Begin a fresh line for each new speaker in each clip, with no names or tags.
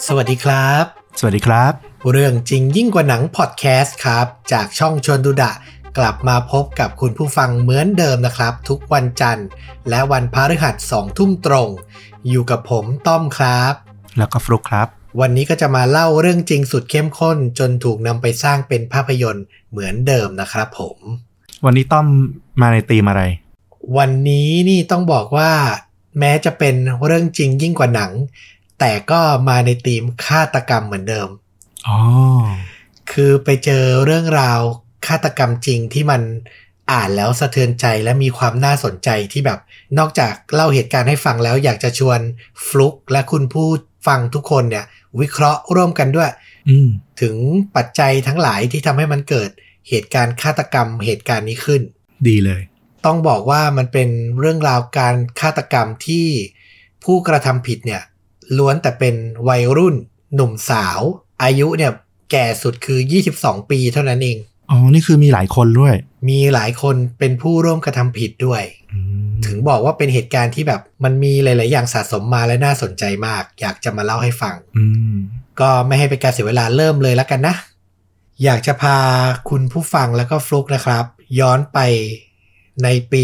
สวัสดีครับ
สวัสดีครับ
เรื่องจริงยิ่งกว่าหนังพอดแคสต์ครับจากช่องชวนดูดะกลับมาพบกับคุณผู้ฟังเหมือนเดิมนะครับทุกวันจันทร์และวันพฤหัส 20:00 น.ตรงอยู่กับผมต้อมครับ
แล้วก็ฟลุกครับ
วันนี้ก็จะมาเล่าเรื่องจริงสุดเข้มข้นจนถูกนำไปสร้างเป็นภาพยนตร์เหมือนเดิมนะครับผม
วันนี้ต้อมมาในธีมอะไร
วันนี้นี่ต้องบอกว่าแม้จะเป็นเรื่องจริงยิ่งกว่าหนังแต่ก็มาในธีมฆาตกรรมเหมือนเดิมคือไปเจอเรื่องราวฆาตกรรมจริงที่มันอ่านแล้วสะเทือนใจและมีความน่าสนใจที่แบบนอกจากเล่าเหตุการณ์ให้ฟังแล้วอยากจะชวนฟลุกและคุณผู้ฟังทุกคนเนี่ยวิเคราะห์ร่วมกันด้วยถึงปัจจัยทั้งหลายที่ทำให้มันเกิดเหตุการณ์ฆาตกรรมเหตุการณ์นี้ขึ้น
ดีเลย
ต้องบอกว่ามันเป็นเรื่องราวการฆาตกรรมที่ผู้กระทำผิดเนี่ยล้วนแต่เป็นวัยรุ่นหนุ่มสาวอายุเนี่ยแก่สุดคือ22ปีเท่านั้นเอง
นี่คือมีหลายคนด้วย
มีหลายคนเป็นผู้ร่วมกระทำผิดด้วยถึงบอกว่าเป็นเหตุการณ์ที่แบบมันมีหลายๆอย่างสะสมมาและน่าสนใจมากอยากจะมาเล่าให้ฟังก็ไม่ให้เป็นการเสียเวลาเริ่มเลยแล้วกันนะอยากจะพาคุณผู้ฟังแล้วก็ฟลุกนะครับย้อนไปในปี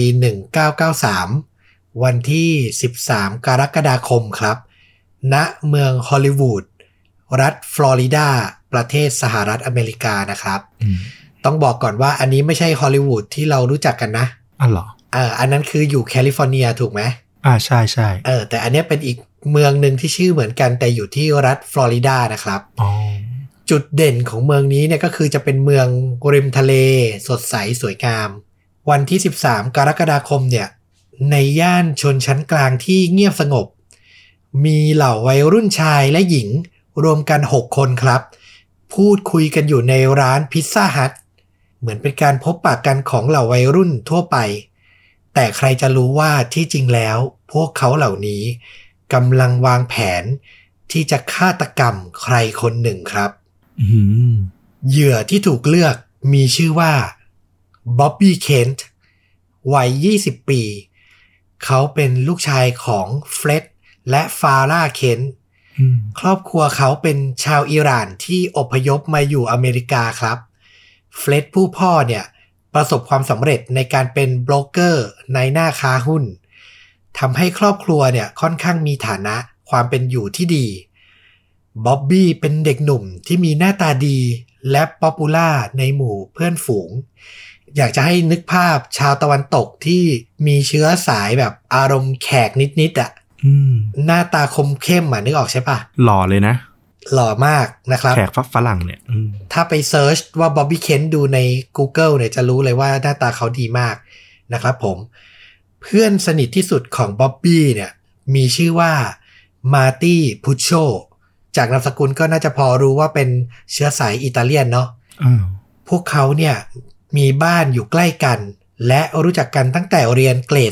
1993วันที่13กรกฎาคมครับณเมืองฮอลลีวูดรัฐฟลอริดาประเทศสหรัฐอเมริกานะครับต้องบอกก่อนว่าอันนี้ไม่ใช่ฮอลลีวูดที่เรารู้จักกันนะ
เหรอ
อันนั้นคืออยู่แคลิฟอร์เนียถูกไหม
ใช่ใช่
แต่อันนี้เป็นอีกเมืองหนึ่งที่ชื่อเหมือนกันแต่อยู่ที่รัฐฟลอริดานะครับจุดเด่นของเมืองนี้เนี่ยก็คือจะเป็นเมืองริมทะเลสดใสสวยงามวันที่13กรกฎาคมเนี่ยในย่านชนชั้นกลางที่เงียบสงบมีเหล่าวัยรุ่นชายและหญิงรวมกัน6คนครับพูดคุยกันอยู่ในร้านพิซซ่าฮัทเหมือนเป็นการพบปะกันของเหล่าวัยรุ่นทั่วไปแต่ใครจะรู้ว่าที่จริงแล้วพวกเขาเหล่านี้กำลังวางแผนที่จะฆาตกรรมใครคนหนึ่งครับเหยื่อที่ถูกเลือกมีชื่อว่าบ๊อบบี้เคนต์วัย20ปีเขาเป็นลูกชายของเฟร็ดและฟาร่าเคนต์ครอบครัวเขาเป็นชาวอิหร่านที่อพยพมาอยู่อเมริกาครับเฟร็ดผู้พ่อเนี่ยประสบความสำเร็จในการเป็นโบรกเกอร์ในหน้าค้าหุ้นทำให้ครอบครัวเนี่ยค่อนข้างมีฐานะความเป็นอยู่ที่ดีบ๊อบบี้เป็นเด็กหนุ่มที่มีหน้าตาดีและป๊อปปูล่าในหมู่เพื่อนฝูงอยากจะให้นึกภาพชาวตะวันตกที่มีเชื้อสายแบบอารมณ์แขกนิดๆหน้าตาคมเข้มนึกออกใช่ปะ
หล่อเลยนะ
หล่อมากนะครับ
แขกฝรั่งเนี่ย
ถ้าไปเซิร์ชว่าบ๊อบบี้เคนต์ดูใน Google เนี่ยจะรู้เลยว่าหน้าตาเขาดีมากนะครับผมเพื่อนสนิทที่สุดของบ๊อบบี้เนี่ยมีชื่อว่ามาร์ตี้พุชโชจากนามสกุลก็น่าจะพอรู้ว่าเป็นเชื้อสายอิตาเลียนเนาะพวกเขาเนี่ยมีบ้านอยู่ใกล้กันและรู้จักกันตั้งแต่เรียนเกรด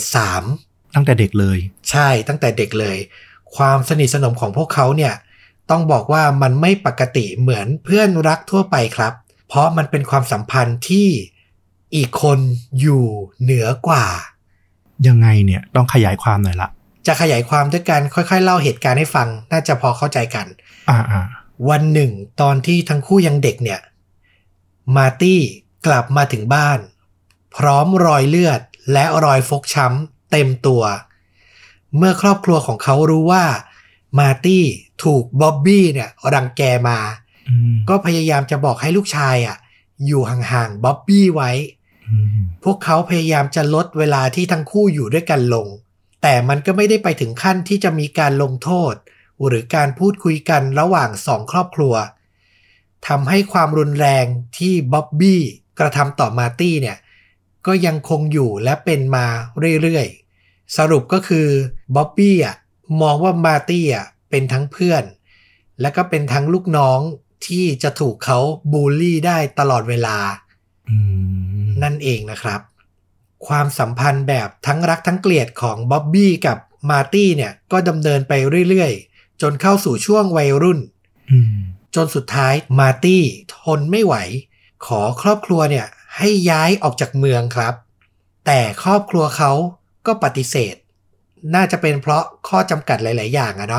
3
ตั้งแต่เด็กเลย
ใช่ตั้งแต่เด็กเลยความสนิทสนมของพวกเขาเนี่ยต้องบอกว่ามันไม่ปกติเหมือนเพื่อนรักทั่วไปครับเพราะมันเป็นความสัมพันธ์ที่อีกคนอยู่เหนือกว่า
ยังไงเนี่ยต้องขยายความหน่อยละ
จะขยายความด้วยการค่อยๆเล่าเหตุการณ์ให้ฟังน่าจะพอเข้าใจกันวันหนึ่งตอนที่ทั้งคู่ยังเด็กเนี่ยมาร์ตี้กลับมาถึงบ้านพร้อมรอยเลือดและรอยฟกช้ำเต็มตัวเมื่อครอบครัวของเขารู้ว่ามาร์ตี้ถูกบ๊อบบี้เนี่ยรังแกมาก็พยายามจะบอกให้ลูกชายอยู่ห่างๆบ๊อบบี้ไว้พวกเขาพยายามจะลดเวลาที่ทั้งคู่อยู่ด้วยกันลงแต่มันก็ไม่ได้ไปถึงขั้นที่จะมีการลงโทษหรือการพูดคุยกันระหว่าง2ครอบครัวทำให้ความรุนแรงที่บ๊อบบี้กระทำต่อมาร์ตี้เนี่ยก็ยังคงอยู่และเป็นมาเรื่อยๆสรุปก็คือบ๊อบบี้มองว่ามาร์ตี้เป็นทั้งเพื่อนและก็เป็นทั้งลูกน้องที่จะถูกเขาบูลลี่ได้ตลอดเวลานั่นเองนะครับความสัมพันธ์แบบทั้งรักทั้งเกลียดของบ๊อบบี้กับมาร์ตี้เนี่ยก็ดำเนินไปเรื่อยๆจนเข้าสู่ช่วงวัยรุ่นจนสุดท้ายมาร์ตี้ทนไม่ไหวขอครอบครัวเนี่ยให้ย้ายออกจากเมืองครับแต่ครอบครัวเขาก็ปฏิเสธน่าจะเป็นเพราะข้อจำกัดหลายๆอย่างเนาะ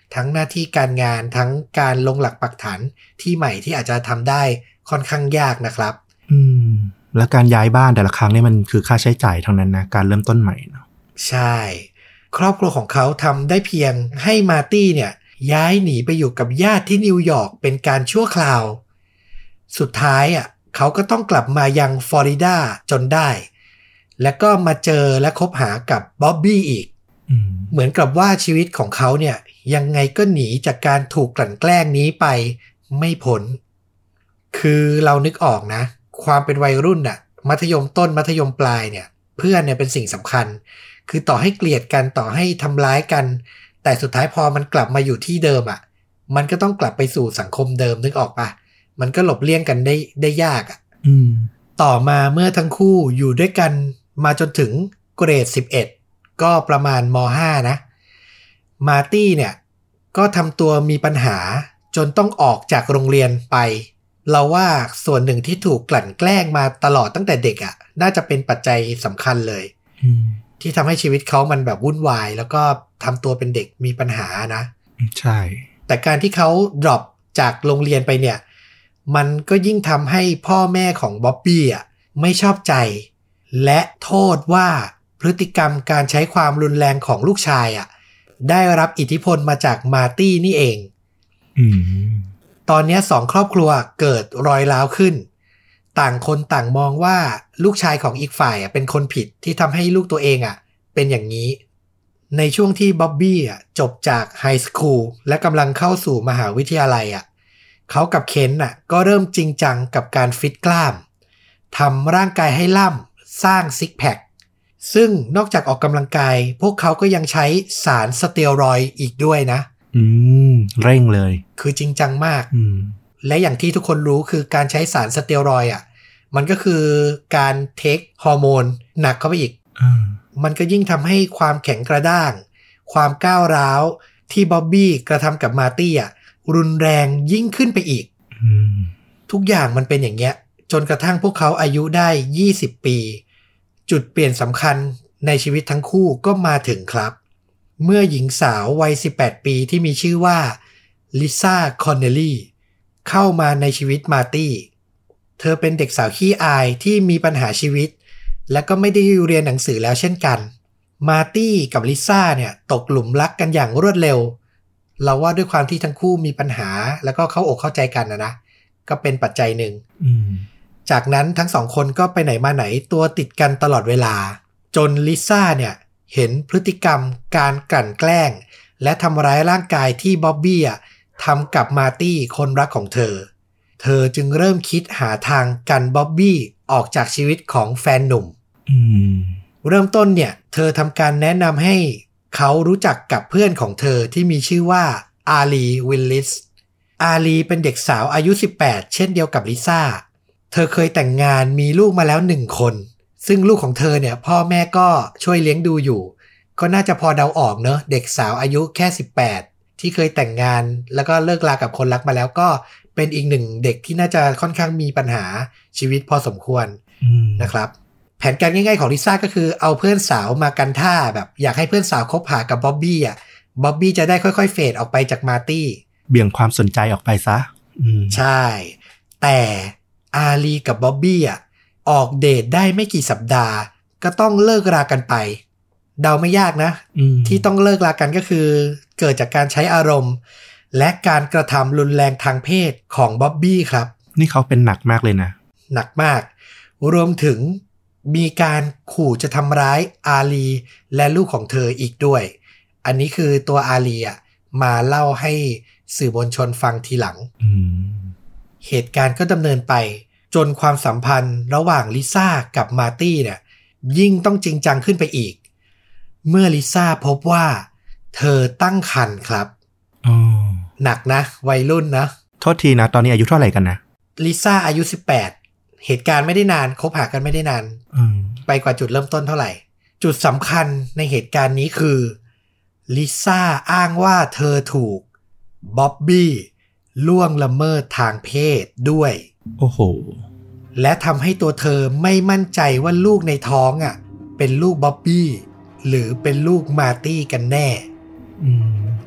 ทั้งหน้าที่การงานทั้งการลงหลักปักฐานที่ใหม่ที่อาจจะทำได้ค่อนข้างยากนะครับ
แล้วการย้ายบ้านแต่ละครั้งนี่มันคือค่าใช้จ่ายทั้งนั้นนะการเริ่มต้นใหม่เนาะ
ใช่ครอบครัวของเขาทำได้เพียงให้มาร์ตี้เนี่ยย้ายหนีไปอยู่กับญาติที่นิวยอร์กเป็นการชั่วคราวสุดท้ายเขาก็ต้องกลับมายังฟลอริดาจนได้แล้วก็มาเจอและคบหากับบ๊อบบี้อีกเหมือนกับว่าชีวิตของเขาเนี่ยยังไงก็หนีจากการถูกกลั่นแกล้งนี้ไปไม่พ้นคือเรานึกออกนะความเป็นวัยรุ่นมัธยมต้นมัธยมปลายเนี่ยเพื่อนเนี่ยเป็นสิ่งสำคัญคือต่อให้เกลียดกันต่อให้ทำร้ายกันแต่สุดท้ายพอมันกลับมาอยู่ที่เดิมมันก็ต้องกลับไปสู่สังคมเดิมนึกออกปะมันก็หลบเลี่ยงกันได้ยากต่อมาเมื่อทั้งคู่อยู่ด้วยกันมาจนถึงเกรด11ก็ประมาณม.5 นะมาร์ตี้เนี่ยก็ทำตัวมีปัญหาจนต้องออกจากโรงเรียนไปเราว่าส่วนหนึ่งที่ถูกกลั่นแกล้งมาตลอดตั้งแต่เด็กน่าจะเป็นปัจจัยสำคัญเลยที่ทำให้ชีวิตเขามันแบบวุ่นวายแล้วก็ทำตัวเป็นเด็กมีปัญหานะ
ใช่
แต่การที่เขาดรอปจากโรงเรียนไปเนี่ยมันก็ยิ่งทำให้พ่อแม่ของบ๊อบบี้ไม่ชอบใจและโทษว่าพฤติกรรมการใช้ความรุนแรงของลูกชายได้รับอิทธิพลมาจากมาร์ตี้นี่เองตอนนี้2ครอบครัวเกิดรอยร้าวขึ้นต่างคนต่างมองว่าลูกชายของอีกฝ่ายเป็นคนผิดที่ทำให้ลูกตัวเองเป็นอย่างนี้ในช่วงที่บ๊อบบี้จบจากไฮสคูลและกำลังเข้าสู่มหาวิทยาลัยเขากับเคนก็เริ่มจริงจังกับการฟิตกล้ามทำร่างกายให้ล่ำสร้างซิกแพคซึ่งนอกจากออกกำลังกายพวกเขาก็ยังใช้สารสเตียรอยด์อีกด้วยนะ
เร่งเลย
คือจริงจังมากและอย่างที่ทุกคนรู้คือการใช้สารสเตียรอยด์มันก็คือการเทคฮอร์โมนหนักเข้าไปอีกมันก็ยิ่งทำให้ความแข็งกระด้างความก้าวร้าวที่บ๊อบบี้กระทำกับมาร์ตี้รุนแรงยิ่งขึ้นไปอีกทุกอย่างมันเป็นอย่างเงี้ยจนกระทั่งพวกเขาอายุได้20ปีจุดเปลี่ยนสำคัญในชีวิตทั้งคู่ก็มาถึงครับเมื่อหญิงสาววัย18ปีที่มีชื่อว่าลิซ่าคอนเนลลี่เข้ามาในชีวิตมาร์ตี้เธอเป็นเด็กสาวขี้อายที่มีปัญหาชีวิตและก็ไม่ได้เรียนหนังสือแล้วเช่นกันมาร์ตี้กับลิซ่าเนี่ยตกหลุมรักกันอย่างรวดเร็วเราว่าด้วยความที่ทั้งคู่มีปัญหาแล้วก็เข้าอกเข้าใจกันนะก็เป็นปัจจัยหนึ่งจากนั้นทั้งสองคนก็ไปไหนมาไหนตัวติดกันตลอดเวลาจนลิซ่าเนี่ยเห็นพฤติกรรมการกลั่นแกล้งและทำร้ายร่างกายที่บ๊อบบี้ทำกับมาร์ตี้คนรักของเธอจึงเริ่มคิดหาทางกันบ๊อบบี้ออกจากชีวิตของแฟนหนุ่มเริ่มต้นเนี่ยเธอทำการแนะนำให้เขารู้จักกับเพื่อนของเธอที่มีชื่อว่าอาลีวิลลิสอาลีเป็นเด็กสาวอายุ18เช่นเดียวกับลิซ่าเธอเคยแต่งงานมีลูกมาแล้ว1คนซึ่งลูกของเธอเนี่ยพ่อแม่ก็ช่วยเลี้ยงดูอยู่ก็น่าจะพอเดาออกเนอะเด็กสาวอายุแค่18ที่เคยแต่งงานแล้วก็เลิกลากับคนรักมาแล้วก็เป็นอีกหนึ่งเด็กที่น่าจะค่อนข้างมีปัญหาชีวิตพอสมควรนะครับแผนการง่ายๆของลิซ่าก็คือเอาเพื่อนสาวมากันท่าแบบอยากให้เพื่อนสาวคบหากับบ๊อบบี้บ๊อบบี้จะได้ค่อยๆเฟดออกไปจากมาร์ตี้
เบี่ยงความสนใจออกไปซะ
ใช่แต่อาลีกับบ๊อบบี้ออกเดทได้ไม่กี่สัปดาห์ก็ต้องเลิกรากันไปเดาไม่ยากนะที่ต้องเลิกรากันก็คือเกิดจากการใช้อารมณ์และการกระทำรุนแรงทางเพศของบ๊อบบี้ครับ
นี่เขาเป็นหนักมากเลยนะ
หนักมากรวมถึงมีการขู่จะทำร้ายอาลีและลูกของเธออีกด้วยอันนี้คือตัวอาลีมาเล่าให้สื่อมวลชนฟังทีหลังเหตุการณ์ก็ดำเนินไปจนความสัมพันธ์ระหว่างลิซ่ากับมาร์ตี้เนี่ยยิ่งต้องจริงจังขึ้นไปอีกเมื่อลิซ่าพบว่าเธอตั้งครรภ์ครับหนักนะวัยรุ่นนะ
โทษทีนะตอนนี้อายุเท่าไหร่กันนะ
ลิซ่าอายุ18เหตุการณ์ไม่ได้นานคบหากันไม่ได้นานไปกว่าจุดเริ่มต้นเท่าไหร่จุดสำคัญในเหตุการณ์นี้คือลิซ่าอ้างว่าเธอถูกบ๊อบบี้ล่วงละเมิดทางเพศด้วย
โอ้โห
และทำให้ตัวเธอไม่มั่นใจว่าลูกในท้องเป็นลูกบ๊อบบี้หรือเป็นลูกมาร์ตี้กันแน่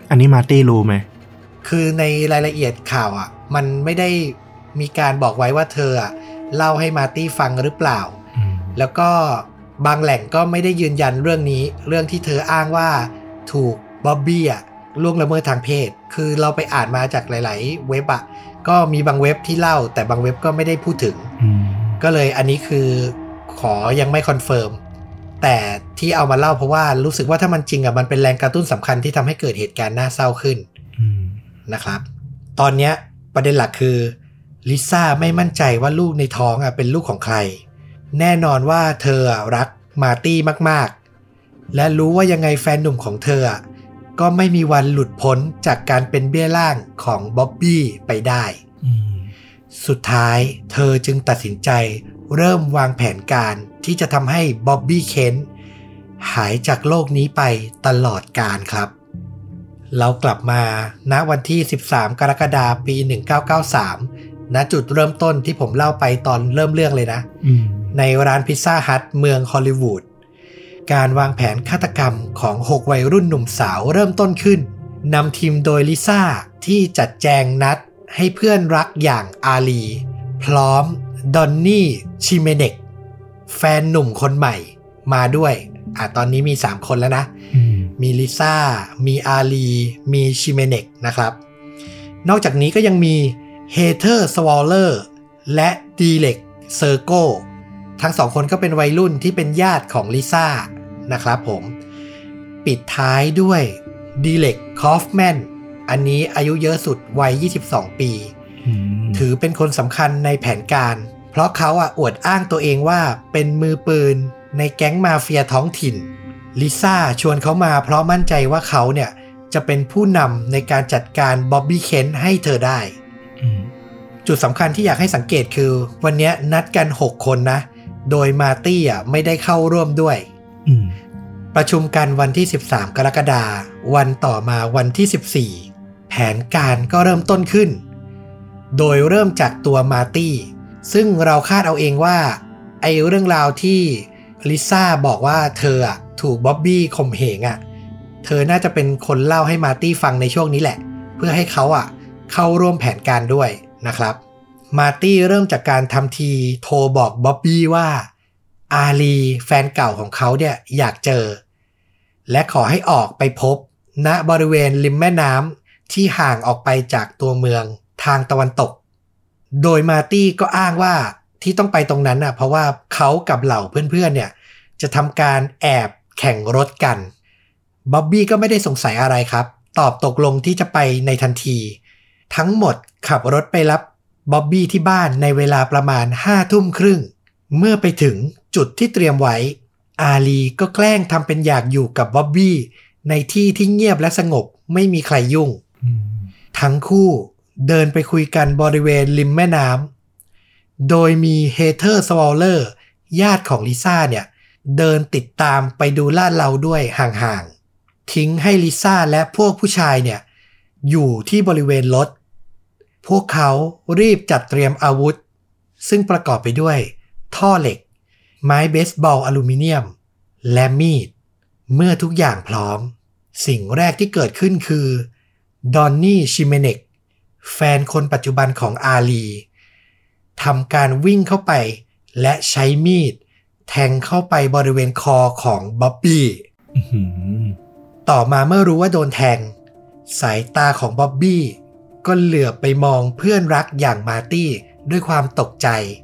อันนี้มาร์ตี้รู้ไหม
คือในรายละเอียดข่าวอ่ะมันไม่ได้มีการบอกไว้ว่าเธออ่ะเล่าให้มาร์ตี้ฟังหรือเปล่าแล้วก็บางแหล่งก็ไม่ได้ยืนยันเรื่องนี้เรื่องที่เธออ้างว่าถูกบ๊อบบี้อ่ะล่วงละเมิดทางเพศคือเราไปอ่านมาจากหลายๆเว็บอ่ะก็มีบางเว็บที่เล่าแต่บางเว็บก็ไม่ได้พูดถึงก็เลยอันนี้คือขอยังไม่คอนเฟิร์มแต่ที่เอามาเล่าเพราะว่ารู้สึกว่าถ้ามันจริงอ่ะมันเป็นแรงกระตุ้นสำคัญที่ทำให้เกิดเหตุการณ์น่าเศร้าขึ้นนะครับตอนนี้ประเด็นหลักคือลิซ่าไม่มั่นใจว่าลูกในท้องอ่ะเป็นลูกของใครแน่นอนว่าเธอรักมาร์ตี้มากๆและรู้ว่ายังไงแฟนหนุ่มของเธอก็ไม่มีวันหลุดพ้นจากการเป็นเบี้ยล่างของบ๊อบบี้ไปได้สุดท้ายเธอจึงตัดสินใจเริ่มวางแผนการที่จะทำให้บ๊อบบี้เคนหายจากโลกนี้ไปตลอดกาลครับเรากลับมาณวันที่13กรกฎาคมปี1993ณจุดเริ่มต้นที่ผมเล่าไปตอนเริ่มเรื่องเลยนะในร้านพิซซ่าฮัทเมืองฮอลลีวูดการวางแผนฆาตกรรมของ6วัยรุ่นหนุ่มสาวเริ่มต้นขึ้นนำทีมโดยลิซ่าที่จัดแจงนัดให้เพื่อนรักอย่างอาลีพร้อมดอนนี่ชิเมเนกแฟนหนุ่มคนใหม่มาด้วยตอนนี้มี3คนแล้วนะมีลิซ่ามีอาลีมีชิเมเนกนะครับนอกจากนี้ก็ยังมีเฮเธอร์สวอลเลอร์และดีเล็กเซอร์โกทั้ง2คนก็เป็นวัยรุ่นที่เป็นญาติของลิซ่านะครับผมปิดท้ายด้วยดีเล็กคอฟแมนอันนี้อายุเยอะสุดวัย22ปีถือเป็นคนสำคัญในแผนการเพราะเขาอวดอ้างตัวเองว่าเป็นมือปืนในแก๊งมาเฟียท้องถิ่นลิซ่าชวนเขามาเพราะมั่นใจว่าเขาเนี่ยจะเป็นผู้นำในการจัดการบ๊อบบี้เคนให้เธอได้จุดสำคัญที่อยากให้สังเกตคือวันนี้นัดกัน6คนนะโดยมาร์ตี้ไม่ได้เข้าร่วมด้วยประชุมกันวันที่13กรกฎาคมวันต่อมาวันที่14แผนการก็เริ่มต้นขึ้นโดยเริ่มจากตัวมาร์ตี้ซึ่งเราคาดเอาเองว่าไอ้เรื่องราวที่ลิซ่าบอกว่าเธอถูกบ๊อบบี้ข่มเหงเธอน่าจะเป็นคนเล่าให้มาร์ตี้ฟังในช่วงนี้แหละเพื่อให้เขาเข้าร่วมแผนการด้วยนะครับมาร์ตี้เริ่มจากการทำทีโทรบอกบ๊อบบี้ว่าอาลีแฟนเก่าของเขาเนี่ยอยากเจอและขอให้ออกไปพบณบริเวณริมแม่น้ำที่ห่างออกไปจากตัวเมืองทางตะวันตกโดยมาร์ตี้ก็อ้างว่าที่ต้องไปตรงนั้นเพราะว่าเขากับเหล่าเพื่อนๆเนี่ยจะทำการแอบแข่งรถกันบ๊อบบี้ก็ไม่ได้สงสัยอะไรครับตอบตกลงที่จะไปในทันทีทั้งหมดขับรถไปรับบ๊อบบี้ที่บ้านในเวลาประมาณ 5:30 น.เมื่อไปถึงจุดที่เตรียมไว้อาลีก็แกล้งทำเป็นอยากอยู่กับบ๊อบบี้ในที่ที่เงียบและสงบไม่มีใครยุ่งทั้งคู่เดินไปคุยกันบริเวณริมแม่น้ำโดยมีเฮเธอร์สวอลเลอร์ญาติของลิซ่าเนี่ยเดินติดตามไปดูลาดเลาด้วยห่างๆทิ้งให้ลิซ่าและพวกผู้ชายเนี่ยอยู่ที่บริเวณรถพวกเขารีบจัดเตรียมอาวุธซึ่งประกอบไปด้วยท่อเหล็กไม้เบสบอลอลูมิเนียมและมีดเมื่อทุกอย่างพร้อมสิ่งแรกที่เกิดขึ้นคือดอนนี่ชิเมเนกแฟนคนปัจจุบันของอาลีทำการวิ่งเข้าไปและใช้มีดแทงเข้าไปบริเวณคอของบ๊อบบี้ต่อมาเมื่อรู้ว่าโดนแทงสายตาของบ๊อบบี้ก็เหลือบไปมองเพื่อนรักอย่างมาร์ตี้ด้วยความตกใจ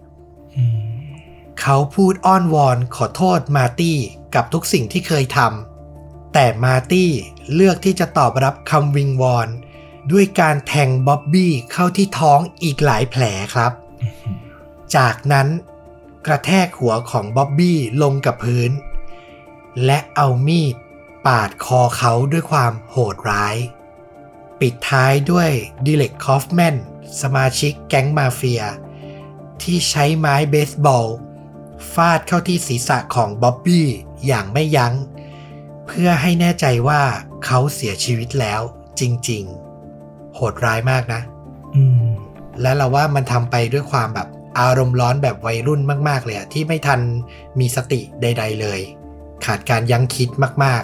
เขาพูดอ้อนวอนขอโทษมาร์ตี้กับทุกสิ่งที่เคยทำแต่มาร์ตี้เลือกที่จะตอบรับคำวิงวอนด้วยการแทงบ๊อบบี้เข้าที่ท้องอีกหลายแผลครับจากนั้นกระแทกหัวของบ๊อบบี้ลงกับพื้นและเอามีดปาดคอเขาด้วยความโหดร้ายปิดท้ายด้วยดิเล็กคอฟแมนสมาชิกแก๊งมาเฟียที่ใช้ไม้เบสบอลฟาดเข้าที่ศีรษะของบ๊อบบี้อย่างไม่ยั้งเพื่อให้แน่ใจว่าเขาเสียชีวิตแล้วจริงๆโหดร้ายมากนะและเราว่ามันทำไปด้วยความแบบอารมณ์ร้อนแบบวัยรุ่นมากๆเลยที่ไม่ทันมีสติใดๆเลยขาดการยั้งคิดมากๆ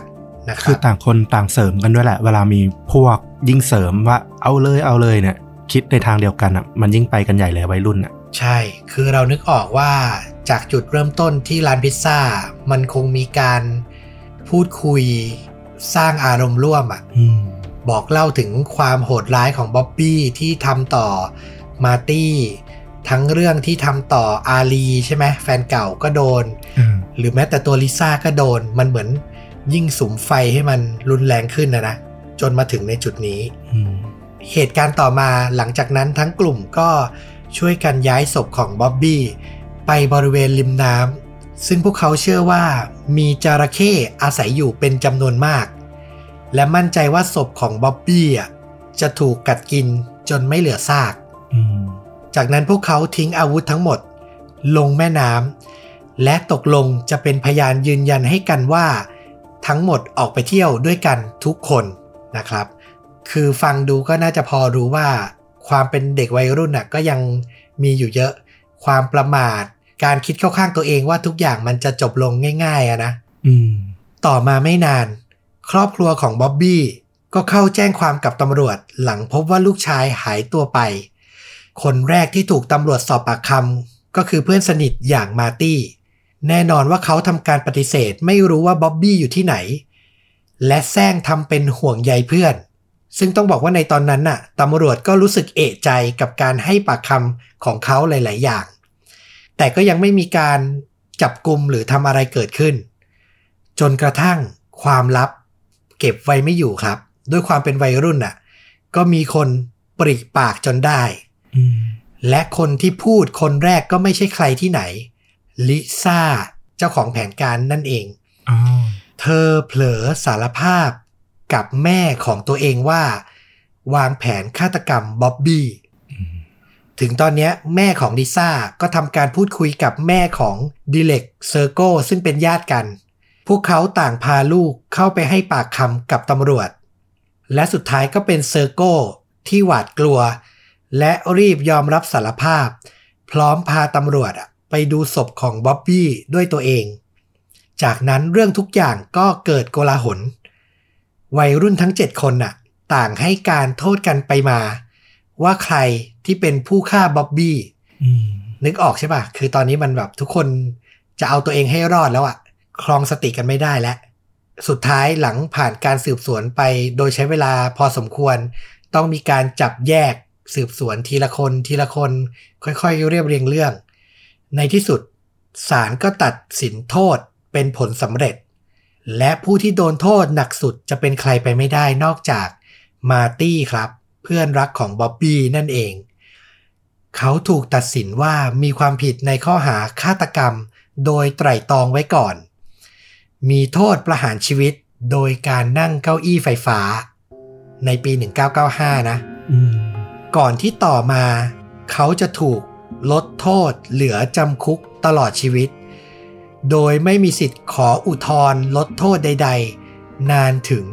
นะครับ
คือต่างคนต่างเสริมกันด้วยแหละเวลามีพวกยิ่งเสริมว่าเอาเลยเนี่ยคิดในทางเดียวกันอ่ะมันยิ่งไปกันใหญ่เลยวัยรุ่นอ่ะ
ใช่คือเรานึกออกว่าจากจุดเริ่มต้นที่ร้านพิซซ่ามันคงมีการพูดคุยสร้างอารมณ์ร่วมอ่ะบอกเล่าถึงความโหดร้ายของบ๊อบบี้ที่ทำต่อมาร์ตี้ทั้งเรื่องที่ทำต่ออาลีใช่ไหมแฟนเก่าก็โดนหรือแม้แต่ตัวลิซ่าก็โดนมันเหมือนยิ่งสุมไฟให้มันรุนแรงขึ้นนะจนมาถึงในจุดนี้เหตุการณ์ต่อมาหลังจากนั้นทั้งกลุ่มก็ช่วยกันย้ายศพของบ๊อบบี้ไปบริเวณริมน้ำซึ่งพวกเขาเชื่อว่ามีจระเข้อาศัยอยู่เป็นจำนวนมากและมั่นใจว่าศพของบ๊อบบี้จะถูกกัดกินจนไม่เหลือซากจากนั้นพวกเขาทิ้งอาวุธทั้งหมดลงแม่น้ำและตกลงจะเป็นพยานยืนยันให้กันว่าทั้งหมดออกไปเที่ยวด้วยกันทุกคนนะครับคือฟังดูก็น่าจะพอรู้ว่าความเป็นเด็กวัยรุ่นก็ยังมีอยู่เยอะความประมาทการคิดเข้าข้างตัวเองว่าทุกอย่างมันจะจบลงง่ายๆนะต่อมาไม่นานครอบครัวของบ๊อบบี้ก็เข้าแจ้งความกับตำรวจหลังพบว่าลูกชายหายตัวไปคนแรกที่ถูกตำรวจสอบปากคำก็คือเพื่อนสนิทอย่างมาร์ตี้แน่นอนว่าเขาทำการปฏิเสธไม่รู้ว่าบ๊อบบี้อยู่ที่ไหนและแซงทำเป็นห่วงใยเพื่อนซึ่งต้องบอกว่าในตอนนั้นตำรวจก็รู้สึกเอะใจกับการให้ปากคำของเขาหลายๆอย่างแต่ก็ยังไม่มีการจับกุมหรือทำอะไรเกิดขึ้นจนกระทั่งความลับเก็บไว้ไม่อยู่ครับด้วยความเป็นวัยรุ่นก็มีคนปริปากจนได้และคนที่พูดคนแรกก็ไม่ใช่ใครที่ไหนลิซ่าเจ้าของแผนการนั่นเองเธอเผลอสารภาพกับแม่ของตัวเองว่าวางแผนฆาตกรรมบ๊อบบี้ถึงตอนนี้แม่ของลิซ่าก็ทำการพูดคุยกับแม่ของดิเล็กเซอร์โกซึ่งเป็นญาติกันพวกเขาต่างพาลูกเข้าไปให้ปากคำกับตำรวจและสุดท้ายก็เป็นเซอร์โกที่หวาดกลัวและรีบยอมรับสารภาพพร้อมพาตำรวจไปดูศพของบ๊อบบี้ด้วยตัวเองจากนั้นเรื่องทุกอย่างก็เกิดโกลาหลวัยรุ่นทั้ง7คนต่างให้การโทษกันไปมาว่าใครที่เป็นผู้ฆ่าบ๊อบบี้นึกออกใช่ป่ะคือตอนนี้มันแบบทุกคนจะเอาตัวเองให้รอดแล้วครองสติกันไม่ได้แล้วสุดท้ายหลังผ่านการสืบสวนไปโดยใช้เวลาพอสมควรต้องมีการจับแยกสืบสวนทีละคนค่อยๆเรียบเรียงเรื่องในที่สุดศาลก็ตัดสินโทษเป็นผลสำเร็จและผู้ที่โดนโทษหนักสุดจะเป็นใครไปไม่ได้นอกจากมาร์ตี้ครับเพื่อนรักของบ๊อบบี้นั่นเองเขาถูกตัดสินว่ามีความผิดในข้อหาฆาตกรรมโดยไตร่ตรองไว้ก่อนมีโทษประหารชีวิตโดยการนั่งเก้าอี้ไฟฟ้าในปี 1995 นะก่อนที่ต่อมาเขาจะถูกลดโทษเหลือจำคุกตลอดชีวิตโดยไม่มีสิทธิ์ขออุทธรณ์ลดโทษใดๆนานถึง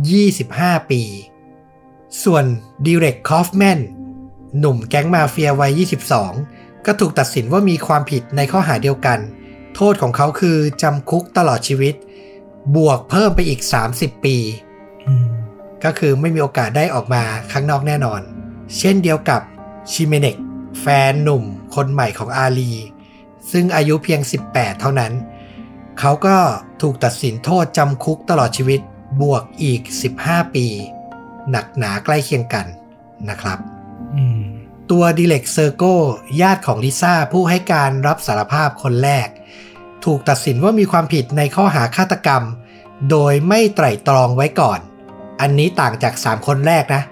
25 ปีส่วนดิเร็ก คอฟแมนหนุ่มแก๊งมาเฟียวัย22ก็ถูกตัดสินว่ามีความผิดในข้อหาเดียวกันโทษของเขาคือจำคุกตลอดชีวิตบวกเพิ่มไปอีก30 ปีก็คือไม่มีโอกาสได้ออกมาข้างนอกแน่นอนเช่นเดียวกับชิเมเนกแฟนหนุ่มคนใหม่ของอาลีซึ่งอายุเพียง18เท่านั้นเขาก็ถูกตัดสินโทษจำคุกตลอดชีวิตบวกอีก15 ปีหนักหนาใกล้เคียงกันนะครับตัวดิเล็กเซอร์โกญาติของลิซ่าผู้ให้การรับสารภาพคนแรกถูกตัดสินว่ามีความผิดในข้อหาฆาตกรรมโดยไม่ไตร่ตรองไว้ก่อนอันนี้ต่างจาก3คนแรกนะ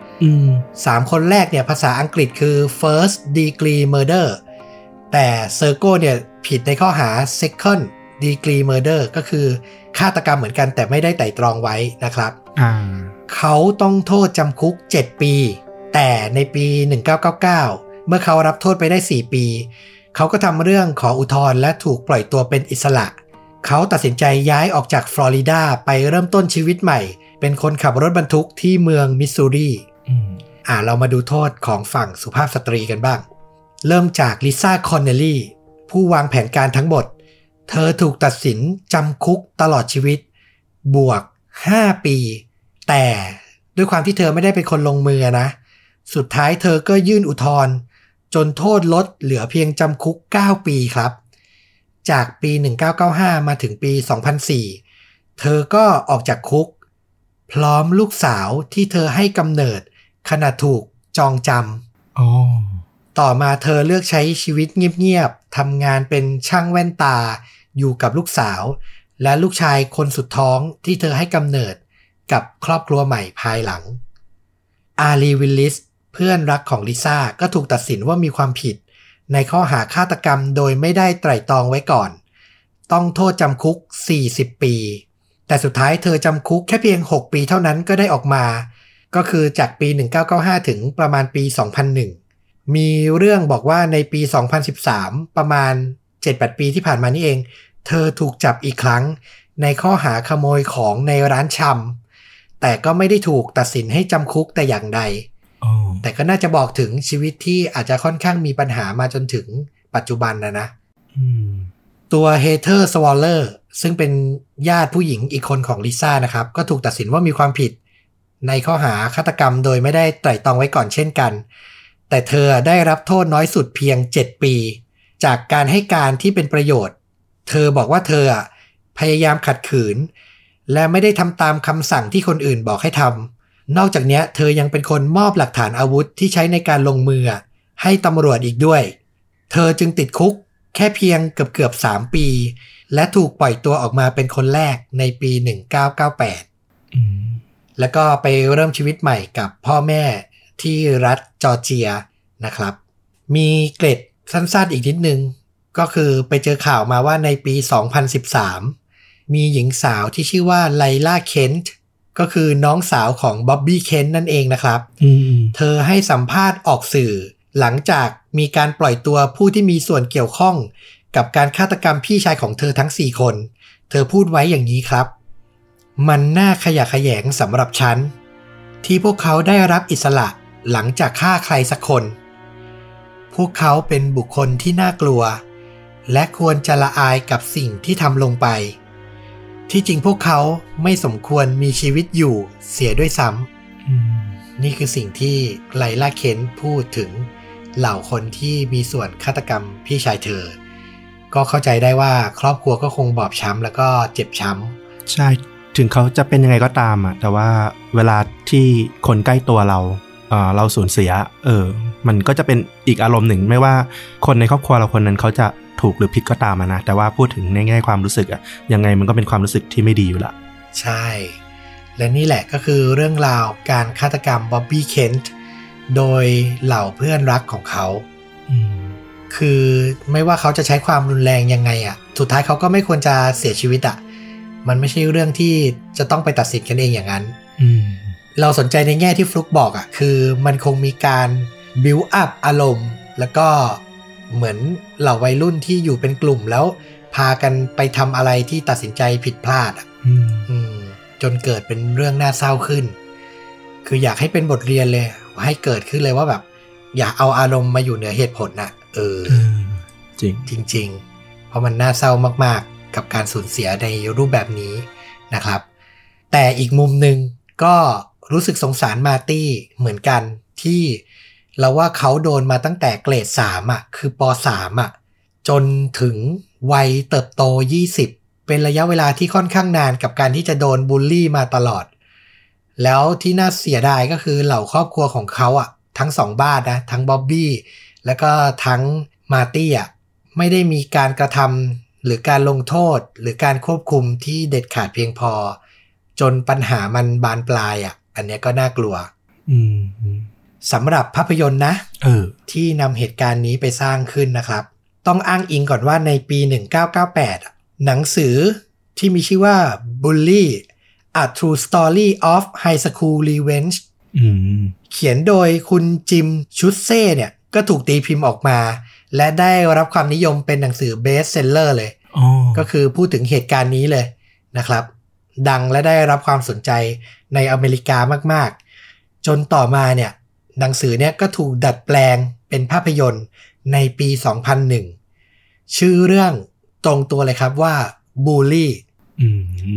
3คนแรกเนี่ยภาษาอังกฤษคือ first degree murder แต่เซอร์โกเนี่ยผิดในข้อหา second degree murder ก็คือฆาตกรรมเหมือนกันแต่ไม่ได้ไตร่ตรองไว้นะครับเขาต้องโทษจำคุก7 ปีแต่ในปี 1999 เมื่อเขารับโทษไปได้4 ปีเขาก็ทำเรื่องขออุทธรณ์และถูกปล่อยตัวเป็นอิสระเขาตัดสินใจย้ายออกจากฟลอริดาไปเริ่มต้นชีวิตใหม่เป็นคนขับรถบรรทุกที่เมืองมิสซูรีเรามาดูโทษของฝั่งสุภาพสตรีกันบ้างเริ่มจากลิซ่า คอนเนลลี่ผู้วางแผนการทั้งหมดเธอถูกตัดสินจำคุกตลอดชีวิตบวก 5 ปีแต่ด้วยความที่เธอไม่ได้เป็นคนลงมือนะสุดท้ายเธอก็ยื่นอุทธรณ์จนโทษลดเหลือเพียงจำคุก9 ปีครับจากปี1995มาถึงปี2004เธอก็ออกจากคุกพร้อมลูกสาวที่เธอให้กำเนิดขณะถูกจองจำต่อมาเธอเลือกใช้ชีวิตเงียบๆทำงานเป็นช่างแว่นตาอยู่กับลูกสาวและลูกชายคนสุดท้องที่เธอให้กำเนิดกับครอบครัวใหม่ภายหลังอารีวิลลิสเพื่อนรักของลิซ่าก็ถูกตัดสินว่ามีความผิดในข้อหาฆาตกรรมโดยไม่ได้ไตร่ตรองไว้ก่อนต้องโทษจำคุก40 ปีแต่สุดท้ายเธอจำคุกแค่เพียง6 ปีเท่านั้นก็ได้ออกมาก็คือจากปี1995ถึงประมาณปี2001มีเรื่องบอกว่าในปี2013ประมาณ 7-8 ปีที่ผ่านมานี่เองเธอถูกจับอีกครั้งในข้อหาขโมยของในร้านชำแต่ก็ไม่ได้ถูกตัดสินให้จำคุกแต่อย่างใดแต่ก็น่าจะบอกถึงชีวิตที่อาจจะค่อนข้างมีปัญหามาจนถึงปัจจุบันนะตัวเฮเธอร์สวอลเลอร์ซึ่งเป็นญาติผู้หญิงอีกคนของลิซ่านะครับก็ถูกตัดสินว่ามีความผิดในข้อหาฆาตกรรมโดยไม่ได้ไตร่ตรองไว้ก่อนเช่นกันแต่เธอได้รับโทษน้อยสุดเพียง7 ปีจากการให้การที่เป็นประโยชน์เธอบอกว่าเธอพยายามขัดขืนและไม่ได้ทำตามคำสั่งที่คนอื่นบอกให้ทำนอกจากนี้เธอยังเป็นคนมอบหลักฐานอาวุธที่ใช้ในการลงมือให้ตำรวจอีกด้วยเธอจึงติดคุกแค่เพียงเกือบ3 ปีและถูกปล่อยตัวออกมาเป็นคนแรกในปี1998แล้วก็ไปเริ่มชีวิตใหม่กับพ่อแม่ที่รัฐจอร์เจียนะครับมีเกร็ดสั้นๆอีกนิดนึงก็คือไปเจอข่าวมาว่าในปี2013มีหญิงสาวที่ชื่อว่าไลล่าเคนต์ก็คือน้องสาวของบ๊อบบี้เคนต์นั่นเองนะครับเธอให้สัมภาษณ์ออกสื่อหลังจากมีการปล่อยตัวผู้ที่มีส่วนเกี่ยวข้องกับการฆาตกรรมพี่ชายของเธอทั้ง4 คนเธอพูดไว้อย่างนี้ครับมันน่าขยะแขยงสำหรับฉันที่พวกเขาได้รับอิสระหลังจากฆ่าใครสักคนพวกเขาเป็นบุคคลที่น่ากลัวและควรจะละอายกับสิ่งที่ทำลงไปที่จริงพวกเขาไม่สมควรมีชีวิตอยู่เสียด้วยซ้ำนี่คือสิ่งที่ไลล่าเคนต์พูดถึงเหล่าคนที่มีส่วนฆาตกรรมพี่ชายเธอก็เข้าใจได้ว่าครอบครัวก็คงบอบช้ำแล้วก็เจ็บช้ำ
ใช่ถึงเขาจะเป็นยังไงก็ตามแต่ว่าเวลาที่คนใกล้ตัวเราสูญเสียมันก็จะเป็นอีกอารมณ์หนึ่งไม่ว่าคนในครอบครัวเราคนนั้นเขาจะถูกหรือผิดก็ตามนะแต่ว่าพูดถึงในแง่ความรู้สึกยังไงมันก็เป็นความรู้สึกที่ไม่ดีอยู่ละ
ใช่และนี่แหละก็คือเรื่องราวการฆาตกรรมบ๊อบบี้เคนต์โดยเหล่าเพื่อนรักของเขาคือไม่ว่าเขาจะใช้ความรุนแรงยังไงสุดท้ายเขาก็ไม่ควรจะเสียชีวิตมันไม่ใช่เรื่องที่จะต้องไปตัดสินกันเองอย่างนั้นเราสนใจในแง่ที่ฟลุกบอกคือมันคงมีการบิวอัพอารมณ์แล้วก็เหมือนเหล่าวัยรุ่นที่อยู่เป็นกลุ่มแล้วพากันไปทำอะไรที่ตัดสินใจผิดพลาดจนเกิดเป็นเรื่องน่าเศร้าขึ้นคืออยากให้เป็นบทเรียนเลยให้เกิดขึ้นเลยว่าแบบอย่าเอาอารมณ์มาอยู่เหนือเหตุผลจริงเพราะมันน่าเศร้ามากๆกับการสูญเสียในรูปแบบนี้นะครับแต่อีกมุมนึงก็รู้สึกสงสารมาร์ตี้เหมือนกันที่เราว่าเขาโดนมาตั้งแต่เกรด3คือป.3 จนถึงวัยเติบโต20เป็นระยะเวลาที่ค่อนข้างนานกับการที่จะโดนบูลลี่มาตลอดแล้วที่น่าเสียดายก็คือเหล่าครอบครัวของเขาทั้ง2บ้านนะทั้งบ๊อบบี้แล้วก็ทั้งมาร์ตี้ไม่ได้มีการกระทำหรือการลงโทษหรือการควบคุมที่เด็ดขาดเพียงพอจนปัญหามันบานปลายอันนี้ก็น่ากลัวสำหรับภาพยนตร์นะที่นำเหตุการณ์นี้ไปสร้างขึ้นนะครับต้องอ้างอิงก่อนว่าในปี1998หนังสือที่มีชื่อว่า Bully A True Story of High School Revenge เขียนโดยคุณจิมชุดเซ่เนี่ยก็ถูกตีพิมพ์ออกมาและได้รับความนิยมเป็นหนังสือเบสเซลเลอร์เลยก็คือพูดถึงเหตุการณ์นี้เลยนะครับดังและได้รับความสนใจในอเมริกามากๆจนต่อมาเนี่ยหนังสือเนี่ยก็ถูกดัดแปลงเป็นภาพยนตร์ในปี 2001 ชื่อเรื่องตรงตัวเลยครับว่า Bully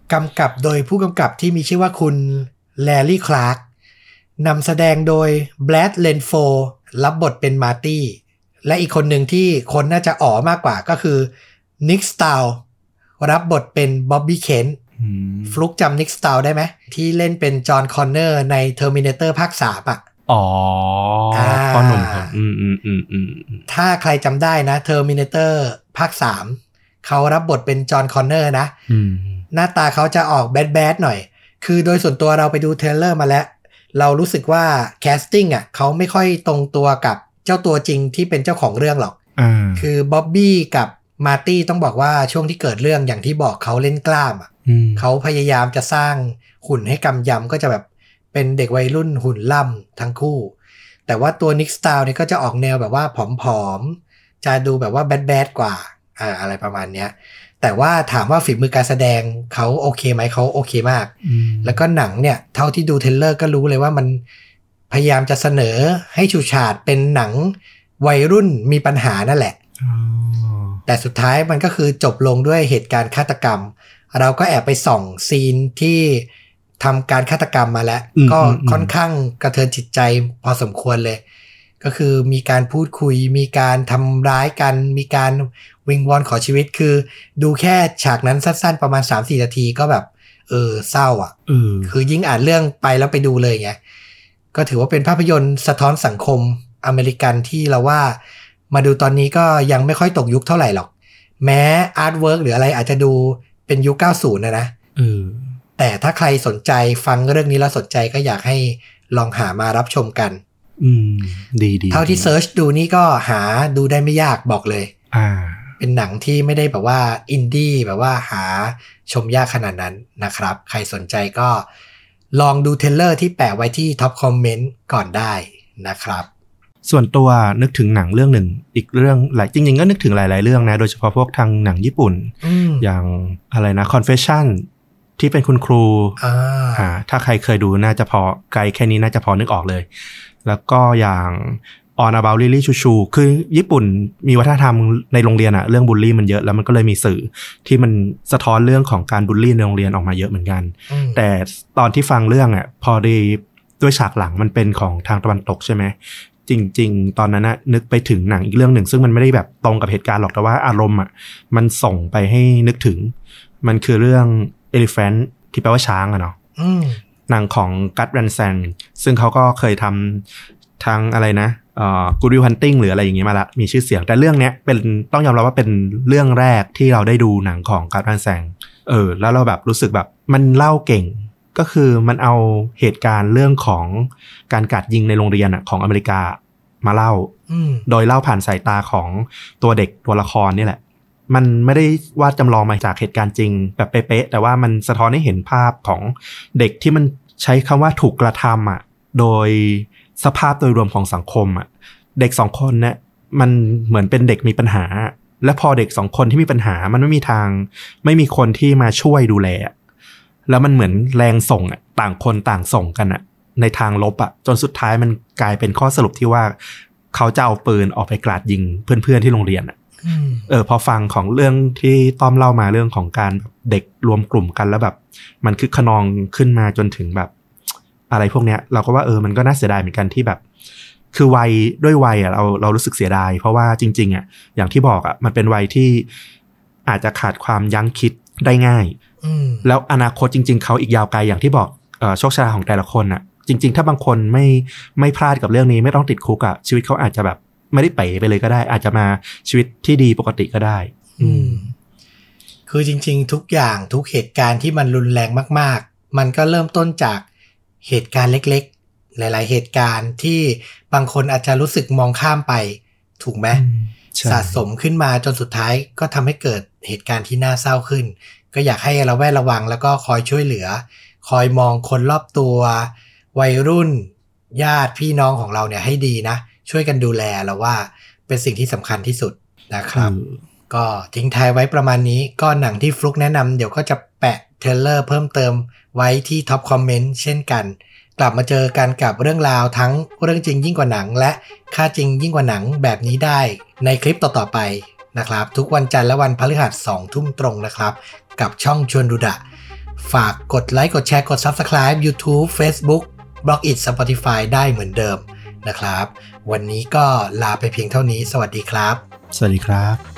กำกับโดยผู้กำกับที่มีชื่อว่าคุณแลรี่คลาร์กนำแสดงโดยแบรด เลนโฟรับบทเป็นมาร์ตี้และอีกคนหนึ่งที่คนน่าจะอ๋อมากกว่าก็คือนิก สตาลรับบทเป็นบ๊อบบี้เคนฟลุกจำนิก สตาลได้ไหมที่เล่นเป็นจอห์นคอนเนอร์ใน Terminator ภาค 3 อ่ะ
อ๋อพ่อหนุ่ม
ถ้าใครจำได้นะ Terminator ภาค 3 เขารับบทเป็นจอห์นคอนเนอร์นะหน้าตาเขาจะออกแบดๆหน่อยคือโดยส่วนตัวเราไปดูเทรลเลอร์มาแล้วเรารู้สึกว่าแคสติ้งอ่ะเขาไม่ค่อยตรงตัวกับเจ้าตัวจริงที่เป็นเจ้าของเรื่องหรอกคือบ๊อบบี้กับมาร์ตี้ต้องบอกว่าช่วงที่เกิดเรื่องอย่างที่บอกเขาเล่นกล้ามอ่ะเขาพยายามจะสร้างหุ่นให้กำยำก็จะแบบเป็นเด็กวัยรุ่นหุ่นล่ำทั้งคู่แต่ว่าตัวนิก สตาลเนี่ยก็จะออกแนวแบบว่าผอมๆจะดูแบบว่าแบดๆกว่าอะไรประมาณเนี้ยแต่ว่าถามว่าฝีมือการแสดงเขาโอเคไหมเขาโอเคมากแล้วก็หนังเนี่ยเท่าที่ดูเทรลเลอร์ก็รู้เลยว่ามันพยายามจะเสนอให้ฉูดฉาดเป็นหนังวัยรุ่นมีปัญหานั่นแหละแต่สุดท้ายมันก็คือจบลงด้วยเหตุการณ์ฆาตกรรมเราก็แอบไปส่องซีนที่ทำการฆาตกรรมมาแล้วก็ค่อนข้างกระเทือนจิตใจพอสมควรเลยก็คือมีการพูดคุยมีการทำร้ายกันมีการวิงวอนขอชีวิตคือดูแค่ฉากนั้นสั้นๆประมาณ 3-4 นาทีก็แบบเศร้าอ่ะคือยิ่งอ่านเรื่องไปแล้วไปดูเลยไงก็ถือว่าเป็นภาพยนตร์สะท้อนสังคมอเมริกันที่เราว่ามาดูตอนนี้ก็ยังไม่ค่อยตกยุคเท่าไหร่หรอกแม้อาร์ตเวิร์กหรืออะไรอาจจะดูเป็นยุค 90 นะแต่ถ้าใครสนใจฟังเรื่องนี้แล้วสนใจก็อยากให้ลองหามารับชมกัน
ดี
เท่าที่เซิร์ชดูนี่ก็หาดูได้ไม่ยากบอกเลยเป็นหนังที่ไม่ได้แบบว่าอินดี้แบบว่าหาชมยากขนาดนั้นนะครับใครสนใจก็ลองดูเทรลเลอร์ที่แปะไว้ที่ท็อปคอมเมนต์ก่อนได้นะครับ
ส่วนตัวนึกถึงหนังเรื่องหนึ่งอีกเรื่องหลายจริงๆก็นึกถึงหลายๆเรื่องนะโดยเฉพาะพวกทางหนังญี่ปุ่นอย่างอะไรนะ Confession ที่เป็นคุณครูถ้าใครเคยดูน่าจะพอไกลแค่นี้น่าจะพอนึกออกเลยแล้วก็อย่าง On About Lily Chuchu คือญี่ปุ่นมีวัฒนธรรมในโรงเรียนอะเรื่องบูลลี่มันเยอะแล้วมันก็เลยมีสื่อที่มันสะท้อนเรื่องของการบูลลี่ในโรงเรียนออกมาเยอะเหมือนกันแต่ตอนที่ฟังเรื่องอะพอได้ด้วยฉากหลังมันเป็นของทางตะวันตกใช่ไหมจริงๆตอนนั้นนะนึกไปถึงหนังอีกเรื่องหนึ่งซึ่งมันไม่ได้แบบตรงกับเหตุการณ์หรอกแต่ว่าอารมณ์อะมันส่งไปให้นึกถึงมันคือเรื่อง Elephant ที่แปลว่าช้างอะเนาะหนังของกัต แรนแซนซึ่งเขาก็เคยทำทั้งอะไรนะGood Will Hunting หรืออะไรอย่างงี้มาละมีชื่อเสียงแต่เรื่องเนี้ยเป็นต้องยอมรับว่าเป็นเรื่องแรกที่เราได้ดูหนังของกัต แรนแซนแล้วเราแบบรู้สึกแบบมันเล่าเก่งก็คือมันเอาเหตุการณ์เรื่องของการกราดยิงในโรงเรียนของอเมริกามาเล่าโดยเล่าผ่านสายตาของตัวเด็กตัวละครนี่แหละมันไม่ได้วาดจำลองมาจากเหตุการณ์จริงแบบเป๊ะๆแต่ว่ามันสะท้อนให้เห็นภาพของเด็กที่มันใช้คำว่าถูกกระทำโดยสภาพโดยรวมของสังคมเด็ก2คนเนี่ยมันเหมือนเป็นเด็กมีปัญหาและพอเด็ก2คนที่มีปัญหามันไม่มีทางไม่มีคนที่มาช่วยดูแลแล้วมันเหมือนแรงส่งต่างคนต่างส่งกันในทางลบจนสุดท้ายมันกลายเป็นข้อสรุปที่ว่าเขาจะเอาปืนออกไปกราดยิงเพื่อนๆที่โรงเรียนพอฟังของเรื่องที่ต้อมเล่ามาเรื่องของการเด็กรวมกลุ่มกันแล้วแบบมันคึกขนองขึ้นมาจนถึงแบบอะไรพวกเนี้ยเราก็ว่ามันก็น่าเสียดายเหมือนกันที่แบบคือวัยด้วยวัยเรารู้สึกเสียดายเพราะว่าจริงๆอย่างที่บอกมันเป็นวัยที่อาจจะขาดความยั้งคิดได้ง่ายแล้วอนาคตจริงๆเขาอีกยาวไกลอย่างที่บอกโชคชะตาของแต่ละคนจริงๆถ้าบางคนไม่พลาดกับเรื่องนี้ไม่ต้องติดคุกชีวิตเขาอาจจะแบบไม่ได้เป๋ไปเลยก็ได้อาจจะมาชีวิตที่ดีปกติก็ได้
คือจริงๆทุกอย่างทุกเหตุการณ์ที่มันรุนแรงมากๆมันก็เริ่มต้นจากเหตุการณ์เล็กๆหลายๆเหตุการณ์ที่บางคนอาจจะรู้สึกมองข้ามไปถูกไหมสะสมขึ้นมาจนสุดท้ายก็ทำให้เกิดเหตุการณ์ที่น่าเศร้าขึ้นก็อยากให้ระแวดระวังแล้วก็คอยช่วยเหลือคอยมองคนรอบตัววัยรุ่นญาติพี่น้องของเราเนี่ยให้ดีนะช่วยกันดูแลเราว่าเป็นสิ่งที่สำคัญที่สุดนะครับก็ทิ้งท้ายไว้ประมาณนี้ก็หนังที่ฟลุกแนะนำเดี๋ยวก็จะแปะเทรลเลอร์เพิ่มเติมไว้ที่ท็อปคอมเมนต์เช่นกันกลับมาเจอกันกับเรื่องราวทั้งเรื่องจริงยิ่งกว่าหนังและค่าจริงยิ่งกว่าหนังแบบนี้ได้ในคลิปต่อๆไปนะครับทุกวันจันทร์และวันพฤหัส 20:00 น.นะครับกับช่องชวนดูดะฝากกดไลค์กดแชร์กด Subscribe YouTube Facebook Blogit Spotify ได้เหมือนเดิมนะครับวันนี้ก็ลาไปเพียงเท่านี้สวัสดีครับ
สวัสดีครับ